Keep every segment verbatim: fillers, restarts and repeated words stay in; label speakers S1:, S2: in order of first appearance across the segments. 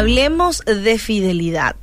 S1: hablemos de fidelidad.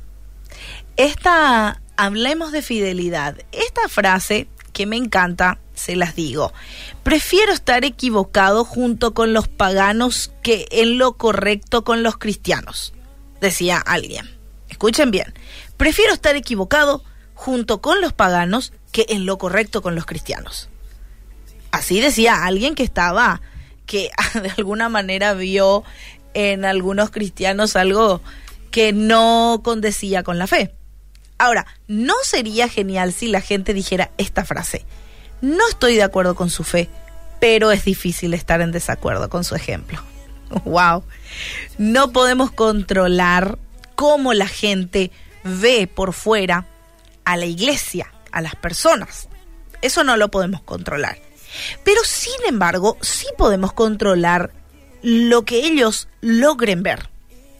S1: Esta, hablemos de fidelidad. Esta frase que me encanta, se las digo. Prefiero estar equivocado junto con los paganos que en lo correcto con los cristianos, decía alguien. Escuchen bien. Prefiero estar equivocado junto con los paganos que en lo correcto con los cristianos. Así decía alguien que estaba, que de alguna manera vio en algunos cristianos algo que no condecía con la fe. Ahora, ¿no sería genial si la gente dijera esta frase? No estoy de acuerdo con su fe, pero es difícil estar en desacuerdo con su ejemplo. ¡Wow! No podemos controlar cómo la gente ve por fuera a la iglesia, a las personas. Eso no lo podemos controlar. Pero sin embargo, sí podemos controlar lo que ellos logren ver.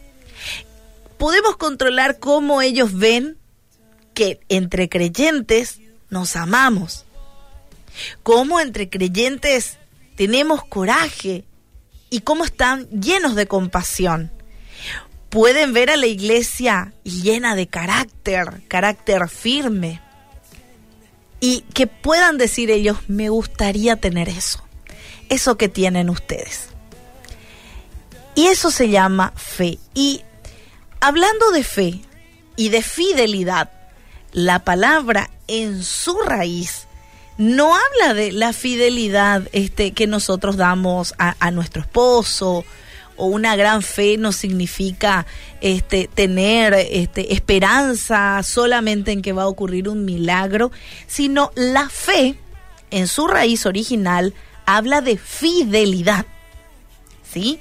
S1: Podemos controlar cómo ellos ven que entre creyentes nos amamos. Cómo entre creyentes tenemos coraje y cómo están llenos de compasión. Pueden ver a la iglesia llena de carácter, carácter firme. Y que puedan decir ellos, me gustaría tener eso, eso que tienen ustedes. Y eso se llama fe. Y hablando de fe y de fidelidad, la palabra en su raíz no habla de la fidelidad este, que nosotros damos a, a nuestro esposo, o una gran fe no significa este, tener este, esperanza solamente en que va a ocurrir un milagro, sino la fe en su raíz original habla de fidelidad, ¿sí?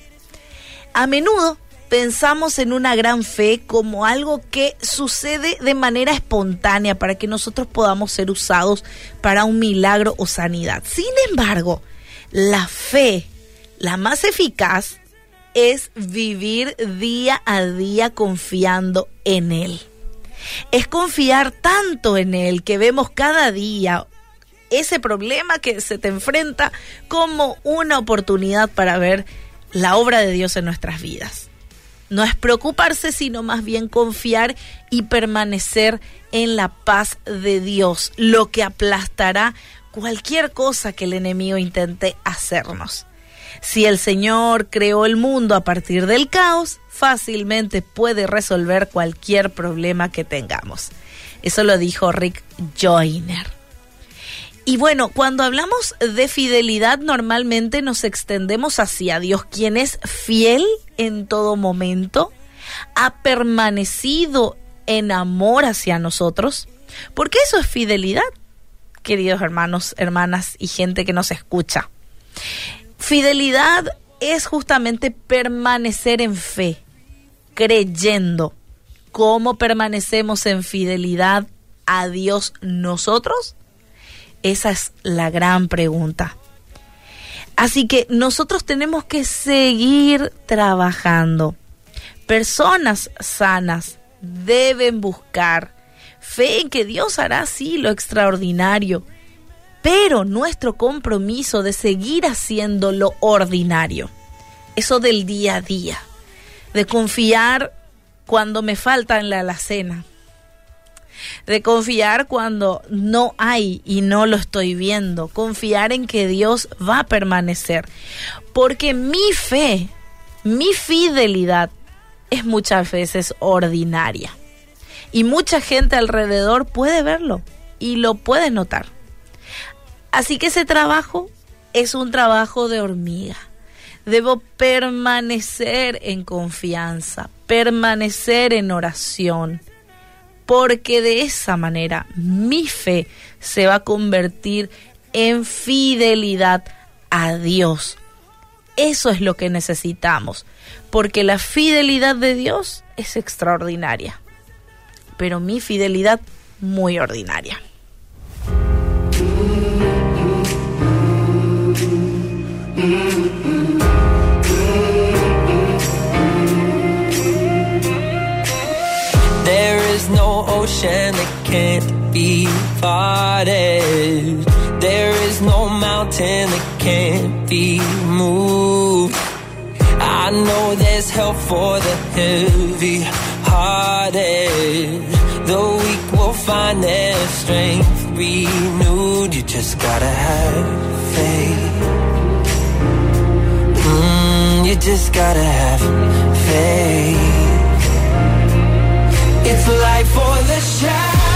S1: A menudo pensamos en una gran fe como algo que sucede de manera espontánea para que nosotros podamos ser usados para un milagro o sanidad. Sin embargo, la fe, la más eficaz, es vivir día a día confiando en Él. Es confiar tanto en Él que vemos cada día ese problema que se te enfrenta como una oportunidad para ver la obra de Dios en nuestras vidas. No es preocuparse, sino más bien confiar y permanecer en la paz de Dios, lo que aplastará cualquier cosa que el enemigo intente hacernos. Si el Señor creó el mundo a partir del caos, fácilmente puede resolver cualquier problema que tengamos. Eso lo dijo Rick Joyner. Y bueno, cuando hablamos de fidelidad, normalmente nos extendemos hacia Dios, quien es fiel en todo momento, ha permanecido en amor hacia nosotros, porque eso es fidelidad, queridos hermanos, hermanas y gente que nos escucha. Fidelidad es justamente permanecer en fe, creyendo. ¿Cómo permanecemos en fidelidad a Dios nosotros? Esa es la gran pregunta. Así que nosotros tenemos que seguir trabajando. Personas sanas deben buscar fe en que Dios hará sí lo extraordinario, pero nuestro compromiso de seguir haciendo lo ordinario, eso del día a día, de confiar cuando me falta en la alacena, de confiar cuando no hay y no lo estoy viendo, confiar en que Dios va a permanecer, porque mi fe, mi fidelidad es muchas veces ordinaria y mucha gente alrededor puede verlo y lo puede notar. Así que ese trabajo es un trabajo de hormiga. Debo permanecer en confianza, permanecer en oración, porque de esa manera mi fe se va a convertir en fidelidad a Dios. Eso es lo que necesitamos, porque la fidelidad de Dios es extraordinaria, pero mi fidelidad muy ordinaria.
S2: There is no ocean that can't be parted. There is no mountain that can't be moved. I I know there's help for the heavy-hearted. The weak will find their strength renewed. You just gotta have faith. Mm, you just gotta have faith. It's life for the shadow.